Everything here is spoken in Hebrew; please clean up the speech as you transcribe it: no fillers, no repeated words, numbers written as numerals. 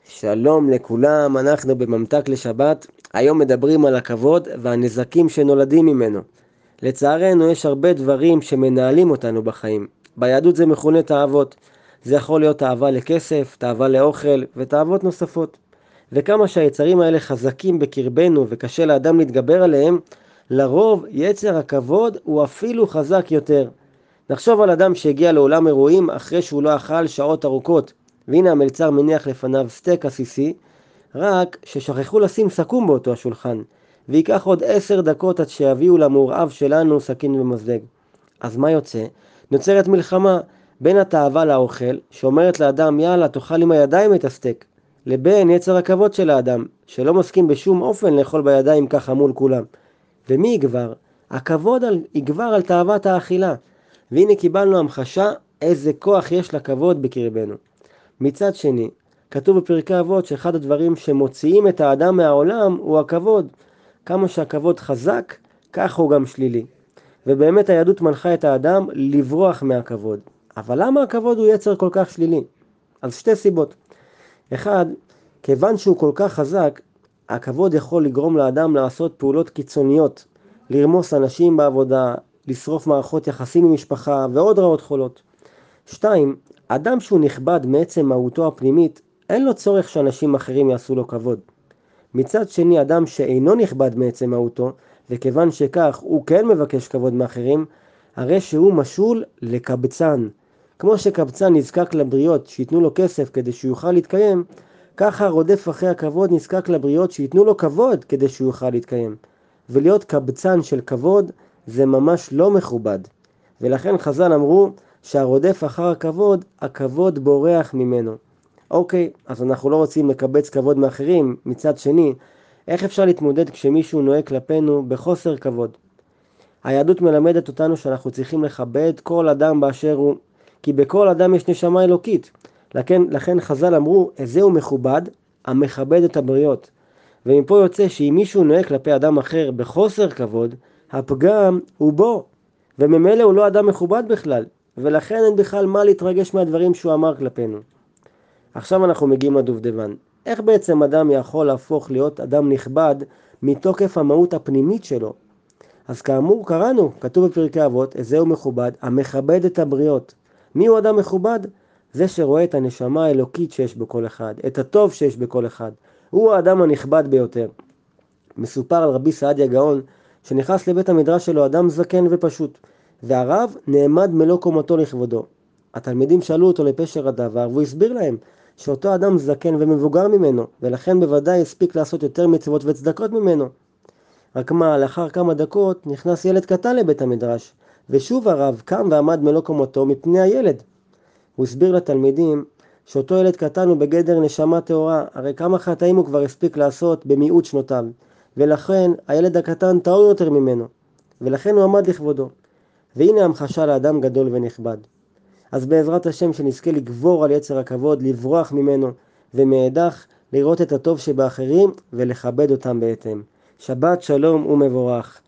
שלום לכולם, אנחנו בממתק לשבת. היום מדברים על הכבוד והנזקים שנולדים ממנו. לצערנו יש הרבה דברים שמנהלים אותנו בחיים. ביהדות זה מכונה תאוות. זה יכול להיות תאווה לכסף, תאווה לאוכל ותאוות נוספות. וכמה שהיצרים האלה חזקים בקרבנו וקשה לאדם להתגבר עליהם, לרוב יצר הכבוד הוא אפילו חזק יותר. נחשוב על אדם שהגיע לעולם אירועים אחרי שהוא לא אכל שעות ארוכות, והנה המלצר מניח לפניו סטייק עסיסי, רק ששכחו לשים סכו"ם באותו השולחן, ויקח עוד 10 דקות עד שיביאו למורעב שלנו סכין ומזלג. אז מה יוצא? נוצרת מלחמה בין התאווה לאוכל, שאומרת לאדם יאללה תאכל עם הידיים את הסטייק, לבין יצר הכבוד של האדם, שלא מסכים בשום אופן לאכול בידיים ככה מול כולם. ומי יגבר? הכבוד יגבר על תאוות האכילה. והנה קיבלנו המחשה איזה כוח יש לכבוד בקרבנו. מצד שני, כתוב בפרקי אבות שאחד הדברים שמוציאים את האדם מהעולם הוא הכבוד. כמה שהכבוד חזק, כך הוא גם שלילי. ובאמת היהדות מנחה את האדם לברוח מהכבוד. אבל למה הכבוד הוא יצר כל כך שלילי? אז 2 סיבות. אחד, כיוון שהוא כל כך חזק, הכבוד יכול לגרום לאדם לעשות פעולות קיצוניות, לרמוס אנשים בעבודה, לשרוף מערכות יחסים עם משפחה ועוד רעות חולות. 2, אדם שהוא נכבד מעצם מהותו הפנימית, אין לו צורך שאנשים אחרים יעשו לו כבוד. מצד שני, אדם שאינו נכבד מעצם מהותו, וכיוון שכך הוא כן מבקש כבוד מאחרים, הרי שהוא משול לקבצן. כמו שקבצן נזקק לבריות שיתנו לו כסף כדי שהוא יוכל להתקיים, ככה רודף אחרי הכבוד נזקק לבריות שיתנו לו כבוד כדי שהוא יוכל להתקיים. ולהיות קבצן של כבוד זה ממש לא מכובד. ולכן חז"ל אמרו שהרודף אחר הכבוד, הכבוד בורח ממנו. אוקיי, אז אנחנו לא רוצים לקבץ כבוד מאחרים. מצד שני, איך אפשר להתמודד כשמישהו נוהג כלפינו בחוסר כבוד? היהדות מלמדת אותנו שאנחנו צריכים לכבד כל אדם באשר הוא, כי בכל אדם יש נשמה אלוקית. לכן חז"ל אמרו, איזהו מכובד, המכבד את הבריות. ומפה יוצא שאם מישהו נוהג כלפי אדם אחר בחוסר כבוד, הפגם הוא בו, וממילא הוא לא אדם מכובד בכלל, ולכן אין בכלל מה להתרגש מהדברים שהוא אמר כלפינו. עכשיו אנחנו מגיעים לדובדבן. איך בעצם אדם יכול להפוך להיות אדם נכבד מתוקף המהות הפנימית שלו? אז כאמור קראנו, כתוב בפרקי אבות, איזהו מכובד, המכבד את הבריות. מי הוא אדם מכובד? זה שרואה את הנשמה האלוקית שיש בכל אחד, את הטוב שיש בכל אחד. הוא האדם הנכבד ביותר. מסופר על רבי סעדיה גאון שנכנס לבית המדרש שלו אדם זקן ופשוט, והרב נעמד מלוא קומתו לכבודו. התלמידים שאלו אותו לפשר הדבר, והוא הסביר להם שאותו אדם זקן ומבוגר ממנו, ולכן בוודאי הספיק לעשות יותר מצוות וצדקות ממנו. רק מה, לאחר כמה דקות נכנס ילד קטן לבית המדרש, ושוב הרב קם ועמד מלוא קומתו מפני הילד. הוא הסביר לתלמידים שאותו ילד קטן הוא בגדר נשמה טהורה, הרי כמה חטאים הוא כבר הספיק לעשות במיעוט שנותיו, ולכן הילד הקטן טהור יותר ממנו, ולכן הוא עמד לכבודו. והנה המחשה לאדם גדול ונכבד. אז בעזרת השם שנזכה לגבור על יצר הכבוד, לברוח ממנו, ומאידך לראות את הטוב שבאחרים ולכבד אותם בהתאם. שבת שלום ומבורך.